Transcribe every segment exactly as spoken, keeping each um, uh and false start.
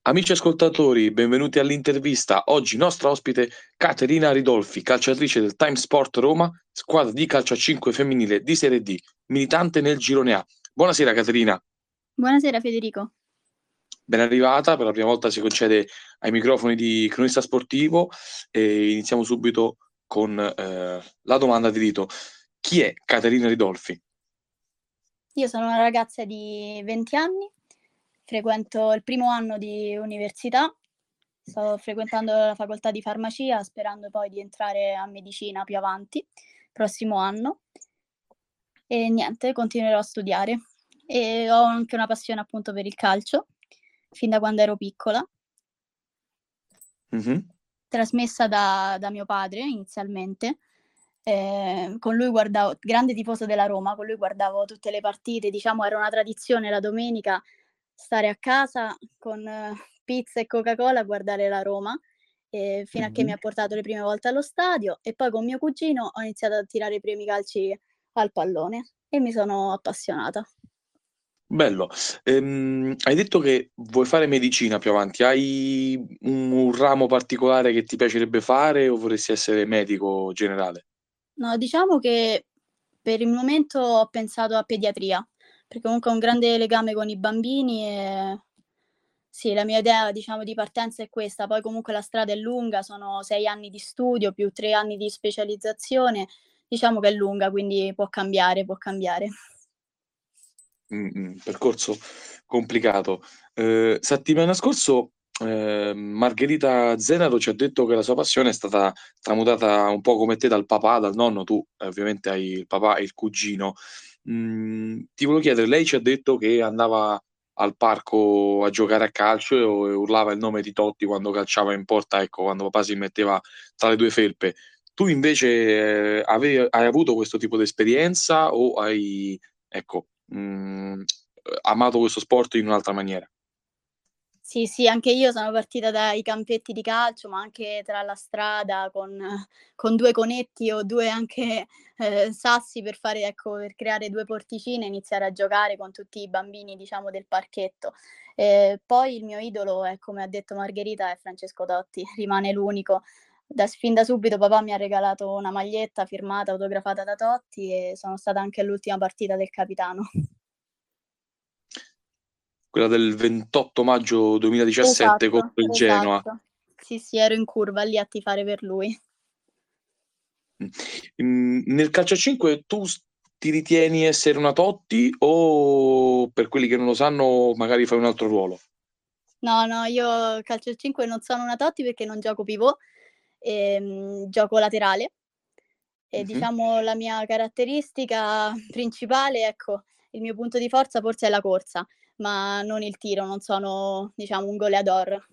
Amici ascoltatori, benvenuti all'intervista. Oggi nostra ospite Caterina Ridolfi, calciatrice del Time Sport Roma, squadra di calcio a cinque femminile di Serie D, militante nel Girone A. Buonasera Caterina, Buonasera Federico. ben arrivata, per la prima volta si concede ai microfoni di cronista sportivo e iniziamo subito con eh, la domanda di rito. Chi è Caterina Ridolfi? Io sono una ragazza di venti anni, frequento il primo anno di università, sto frequentando la facoltà di farmacia sperando poi di entrare a medicina più avanti, prossimo anno. E niente, continuerò a studiare. E ho anche una passione appunto per il calcio, fin da quando ero piccola, Mhm. trasmessa da, da mio padre inizialmente. Eh, con lui guardavo, grande tifoso della Roma, con lui guardavo tutte le partite, diciamo era una tradizione la domenica stare a casa con eh, pizza e Coca-Cola a guardare la Roma, eh, fino a che mi Mhm. ha portato le prime volte allo stadio e poi con mio cugino ho iniziato a tirare i primi calci al pallone e mi sono appassionata. Bello. Ehm, hai detto che vuoi fare medicina più avanti. Hai un, un ramo particolare che ti piacerebbe fare o vorresti essere medico generale? No, diciamo che per il momento ho pensato a pediatria, perché comunque ho un grande legame con i bambini e sì, la mia idea, diciamo, di partenza è questa. Poi comunque la strada è lunga, sono sei anni di studio più tre anni di specializzazione. Diciamo che è lunga, quindi può cambiare, può cambiare. Mm, mm, percorso complicato. Eh, settimana scorso eh, Margherita Zenaro ci ha detto che la sua passione è stata tramutata un po' come te dal papà, dal nonno. Tu eh, ovviamente hai il papà e il cugino. Mm, ti volevo chiedere, lei ci ha detto che andava al parco a giocare a calcio e, e urlava il nome di Totti quando calciava in porta, ecco, quando papà si metteva tra le due felpe. Tu invece eh, ave- hai avuto questo tipo di esperienza o hai, ecco, mh, amato questo sport in un'altra maniera? Sì, sì, anche io sono partita dai campetti di calcio, ma anche tra la strada con, con due conetti o due anche eh, sassi per fare, ecco, per creare due porticine e iniziare a giocare con tutti i bambini, diciamo, del parchetto. Eh, poi il mio idolo, è, come ha detto Margherita, è Francesco Totti, rimane l'unico. Da, fin da subito papà mi ha regalato una maglietta firmata, autografata da Totti e sono stata anche all'ultima partita del capitano. Quella del ventotto maggio duemiladiciassette Esatto, contro il Genoa. esatto. Sì, sì, ero in curva lì a tifare per lui. Mm, Nel calcio a cinque tu s- ti ritieni essere una Totti o per quelli che non lo sanno magari fai un altro ruolo? No, no, io calcio a cinque non sono una Totti perché non gioco pivot, ehm, gioco laterale e Mhm. diciamo la mia caratteristica principale, ecco, il mio punto di forza forse è la corsa, ma non il tiro, non sono, diciamo, un goleador.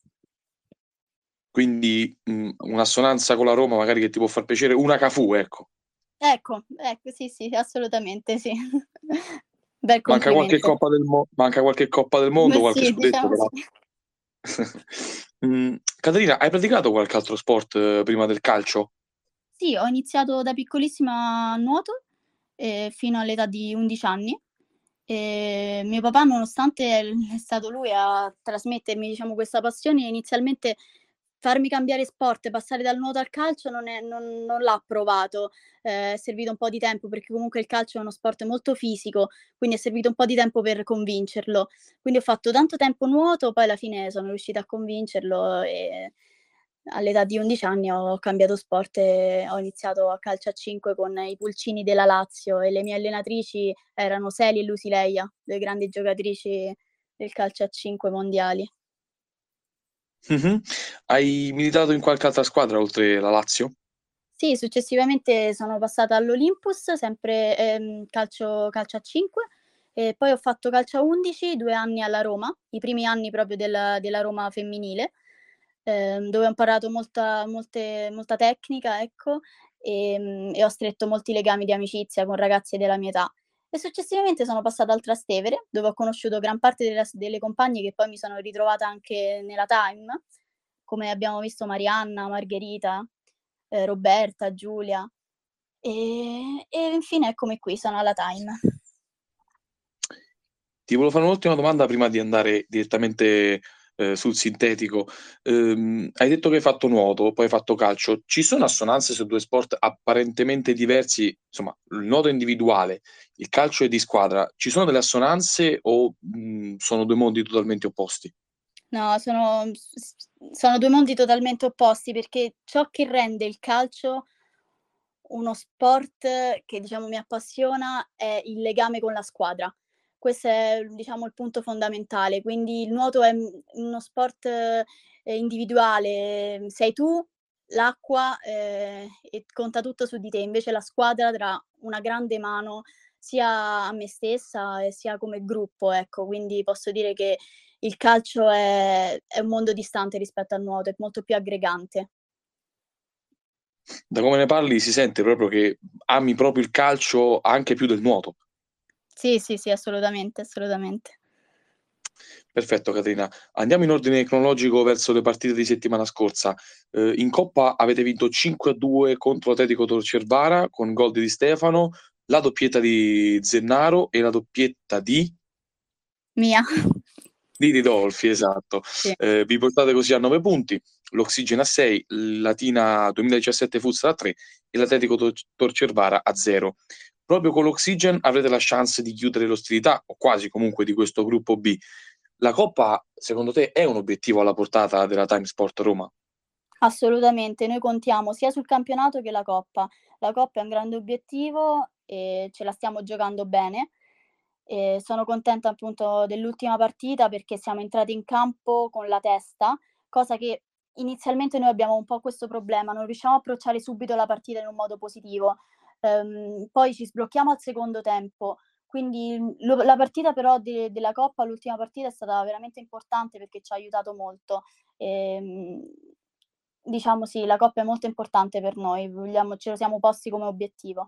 Quindi mm, un'assonanza con la Roma magari che ti può far piacere, una Cafù, ecco. Ecco, ecco, sì, sì, assolutamente sì. Bel Manca qualche complimento. Coppa del, Mo- manca qualche Coppa del Ma Mondo, qualche sì, scudetto diciamo sì. però. Mm, Caterina, hai praticato qualche altro sport eh, prima del calcio? Sì, ho iniziato da piccolissima a nuoto, ehm, fino all'età di undici anni. E mio papà, nonostante è stato lui a trasmettermi, diciamo, questa passione, inizialmente farmi cambiare sport, passare dal nuoto al calcio non è non non l'ha provato. Ehm, è servito un po' di tempo, perché comunque il calcio è uno sport molto fisico, quindi è servito un po' di tempo per convincerlo. Quindi ho fatto tanto tempo nuoto, poi alla fine sono riuscita a convincerlo e all'età di undici anni ho cambiato sport e ho iniziato a calcio a cinque con i Pulcini della Lazio e le mie allenatrici erano Seli e Lusileia, due grandi giocatrici del calcio a cinque mondiali. Mhm. Hai militato in qualche altra squadra oltre la Lazio? Sì, successivamente sono passata all'Olympus, sempre, ehm, calcio calcio a cinque, e poi ho fatto calcio a undici, due anni alla Roma, i primi anni proprio del della Roma femminile, ehm, dove ho imparato molta molte molta tecnica, ecco, ehm, e ho stretto molti legami di amicizia con ragazze della mia età. E successivamente sono passata al Trastevere, dove ho conosciuto gran parte della s delle compagne che poi mi sono ritrovata anche nella Time, come abbiamo visto Marianna, Margherita, ehm, Roberta, Giulia. Ehm, e infine eccomi qui, sono alla Time. Ti volevo fare un'ultima domanda prima di andare direttamente eh, sul sintetico. Ehm, hai detto che hai fatto nuoto, poi hai fatto calcio. Ci sono assonanze su due sport apparentemente diversi? Insomma, il nuoto è individuale, il calcio è di squadra. Ci sono delle assonanze o mh, sono due mondi totalmente opposti? No, sono s s sono due mondi totalmente opposti, perché ciò che rende il calcio uno sport che, diciamo, mi appassiona è il legame con la squadra. Questo è, diciamo, il punto fondamentale. Quindi il nuoto è, mhmm, uno sport, ehm, individuale, sei tu, l'acqua, ehm, e conta tutto su di te. Invece la squadra dà una grande mano sia a me stessa e sia come gruppo, ecco. Quindi posso dire che il calcio è è un mondo distante rispetto al nuoto, è molto più aggregante. Da come ne parli si sente proprio che ami proprio il calcio anche più del nuoto. Sì, sì, sì, assolutamente, assolutamente. Perfetto Caterina, andiamo in ordine cronologico verso le partite di settimana scorsa. Ehm, in coppa avete vinto cinque a due contro l'Atletico Torcellvara con gol di Di Stefano, la doppietta di Zennaro e la doppietta di Mia. di Ridolfi, esatto. Sì. Ehm, vi portate così a nove punti, l'Oxygen a sei, Latina duemiladiciassette Futsal a tre e l'Atletico Tor Torcellvara a zero. Proprio con l'Oxygen avrete la chance di chiudere l'ostilità, o quasi comunque, di questo gruppo B. La Coppa, secondo te, è un obiettivo alla portata della Time Sport Roma? Assolutamente, noi contiamo sia sul campionato che la coppa. La coppa è un grande obiettivo e ce la stiamo giocando bene. E sono contenta appunto dell'ultima partita perché siamo entrati in campo con la testa, cosa che inizialmente noi abbiamo un po' questo problema, non riusciamo a approcciare subito la partita in un modo positivo. Ehm, poi ci sblocchiamo al secondo tempo, quindi mhmm, lo la partita però de della coppa, l'ultima partita è stata veramente importante perché ci ha aiutato molto. Ehm, diciamo sì, la coppa è molto importante per noi, vogliamo ce lo siamo posti come obiettivo.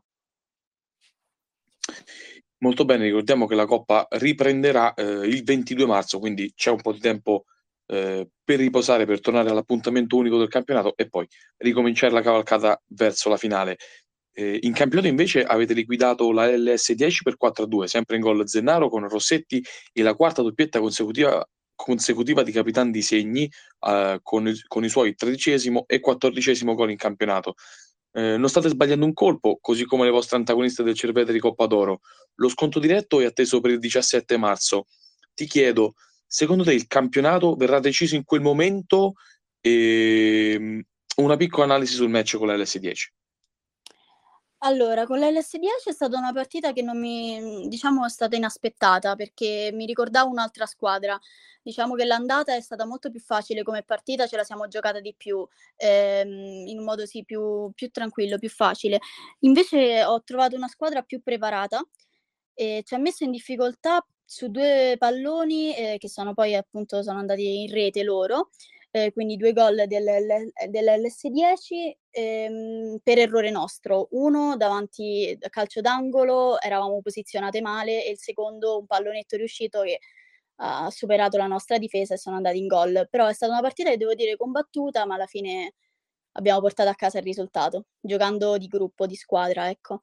Molto bene, ricordiamo che la Coppa riprenderà, ehm, il ventidue marzo, quindi c'è un po' di tempo, ehm, per riposare, per tornare all'appuntamento unico del campionato e poi ricominciare la cavalcata verso la finale. Ehm, in campionato invece avete liquidato la L S dieci per quattro a due, sempre in gol Zennaro con Rossetti e la quarta doppietta consecutiva consecutiva di Capitan di Segni, uhm, con il con i suoi tredicesimo e quattordicesimo gol in campionato. Ehm, non state sbagliando un colpo, così come le vostre antagoniste del Cerveteri Coppa d'Oro. Lo sconto diretto è atteso per il diciassette marzo. Ti chiedo, secondo te il campionato verrà deciso in quel momento? Ehm, una piccola analisi sul match con la L S dieci. Allora, con l'L S dieci è stata una partita che non mi mhmm, diciamo è stata inaspettata, perché mi ricordavo un'altra squadra. Diciamo che l'andata è stata molto più facile come partita, ce la siamo giocata di più, ehm, in un modo sì più più tranquillo, più facile. Invece ho trovato una squadra più preparata e ci ha messo in difficoltà su due palloni, ehm, che sono poi appunto sono andati in rete loro, ehm, quindi due gol dell'L ehm, dell'L S dieci, ehm, per errore nostro. Uno davanti a calcio d'angolo, eravamo posizionate male e il secondo un pallonetto riuscito che ha superato la nostra difesa e sono andati in gol. Però è stata una partita che devo dire combattuta, ma alla fine abbiamo portato a casa il risultato, giocando di gruppo, di squadra, ecco.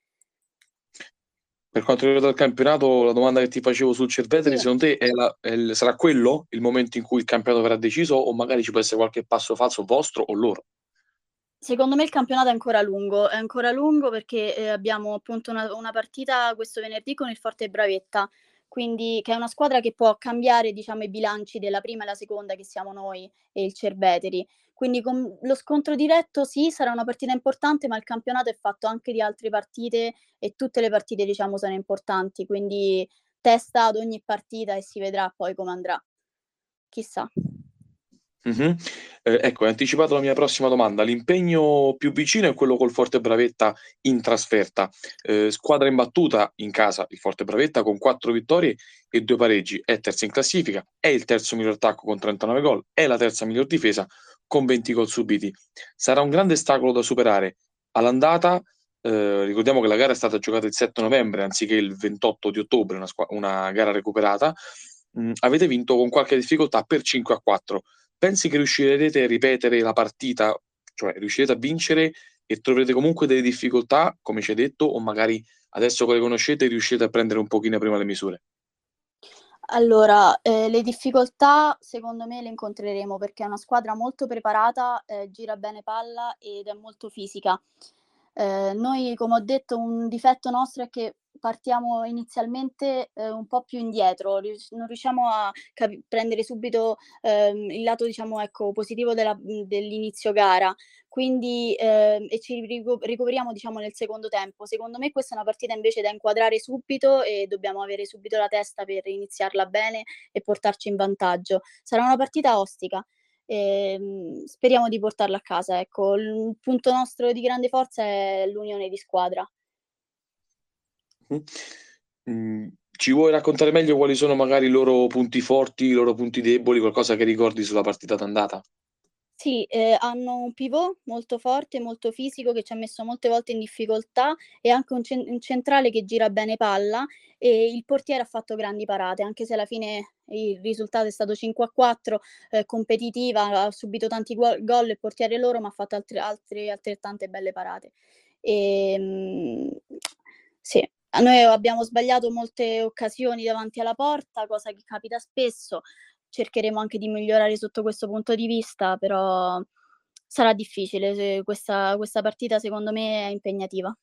Per quanto riguarda il campionato, la domanda che ti facevo sul Cerveteri, Sì. secondo te è la è il sarà quello il momento in cui il campionato verrà deciso o magari ci può essere qualche passo falso vostro o loro? Secondo me il campionato è ancora lungo, è ancora lungo perché, ehm, abbiamo appunto una una partita questo venerdì con il Forte Bravetta, quindi che è una squadra che può cambiare, diciamo, i bilanci della prima e la seconda che siamo noi e il Cerveteri. Quindi con lo scontro diretto sì, sarà una partita importante, ma il campionato è fatto anche di altre partite e tutte le partite, diciamo, sono importanti, quindi testa ad ogni partita e si vedrà poi come andrà. Chissà. Mh-mh. Ehm, ecco, hai anticipato la mia prossima domanda. L'impegno più vicino è quello col Forte Bravetta in trasferta. Ehm, squadra imbattuta in casa, il Forte Bravetta, con quattro vittorie e due pareggi, è terza in classifica, è il terzo miglior attacco con trentanove gol, è la terza miglior difesa con venti gol subiti. Sarà un grande ostacolo da superare. All'andata, ehm, ricordiamo che la gara è stata giocata il sette novembre anziché il ventotto di ottobre, una squa una gara recuperata. Mhmm, avete vinto con qualche difficoltà per cinque a quattro. Pensi che riuscirete a ripetere la partita, cioè riuscirete a vincere e troverete comunque delle difficoltà, come ci hai detto, o magari adesso che le conoscete riuscite a prendere un pochino prima le misure? Allora, eh, le difficoltà secondo me le incontreremo perché è una squadra molto preparata, eh, gira bene palla ed è molto fisica. Eh, noi, come ho detto, un difetto nostro è che partiamo inizialmente eh, un po' più indietro, rius- non riusciamo a capi- prendere subito ehm, il lato, diciamo, ecco, positivo della- dell'inizio gara, quindi ehm, e ci rico- ricoveriamo, diciamo, nel secondo tempo. Secondo me questa è una partita invece da inquadrare subito e dobbiamo avere subito la testa per iniziarla bene e portarci in vantaggio. Sarà una partita ostica. Ehm, speriamo di portarla a casa, ecco. Il punto nostro di grande forza è l'unione di squadra. Mm. Mm, ci vuoi raccontare meglio quali sono magari i loro punti forti, i loro punti deboli, qualcosa che ricordi sulla partita d'andata? Sì, ehm, hanno un pivot molto forte, molto fisico, che ci ha messo molte volte in difficoltà e anche un cen un centrale che gira bene palla e il portiere ha fatto grandi parate, anche se alla fine il risultato è stato cinque a quattro, ehm, competitiva, ha subito tanti guo gol il portiere loro, ma ha fatto altre altre altrettante belle parate. Ehm, sì, a noi abbiamo sbagliato molte occasioni davanti alla porta, cosa che capita spesso. Cercheremo anche di migliorare sotto questo punto di vista, però sarà difficile. Se questa questa partita secondo me è impegnativa.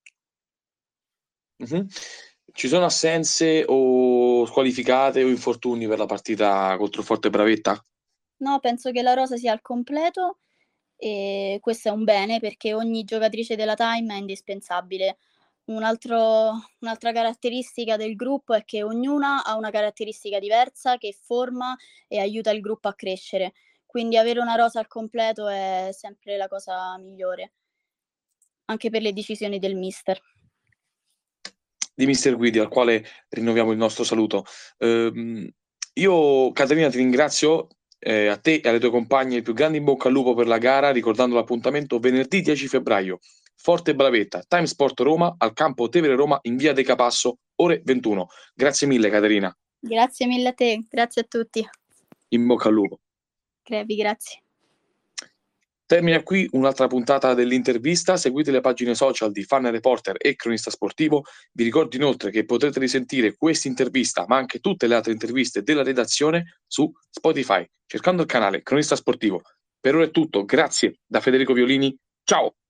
Mhm. Ci sono assenze o squalificate o infortuni per la partita contro il Forte Bravetta? No, penso che la rosa sia al completo e questo è un bene perché ogni giocatrice della Time è indispensabile. Un altro un'altra caratteristica del gruppo è che ognuna ha una caratteristica diversa che forma e aiuta il gruppo a crescere. Quindi avere una rosa al completo è sempre la cosa migliore, anche per le decisioni del mister. Di mister Guidi, al quale rinnoviamo il nostro saluto. Ehm, io, Caterina, ti ringrazio, eh, a te e alle tue compagne il più grande in bocca al lupo per la gara, ricordando l'appuntamento venerdì dieci febbraio. Forte Bravetta, Time Sport Roma, al campo Tevere Roma in via De Capasso, ore ventuno. Grazie mille, Caterina. Grazie mille a te, grazie a tutti. In bocca al lupo. Crepi, grazie. Termina qui un'altra puntata dell'intervista. Seguite le pagine social di Fan Reporter e Cronista Sportivo. Vi ricordo inoltre che potrete risentire questa intervista, ma anche tutte le altre interviste della redazione su Spotify, cercando il canale Cronista Sportivo. Per ora è tutto, grazie da Federico Violini. Ciao!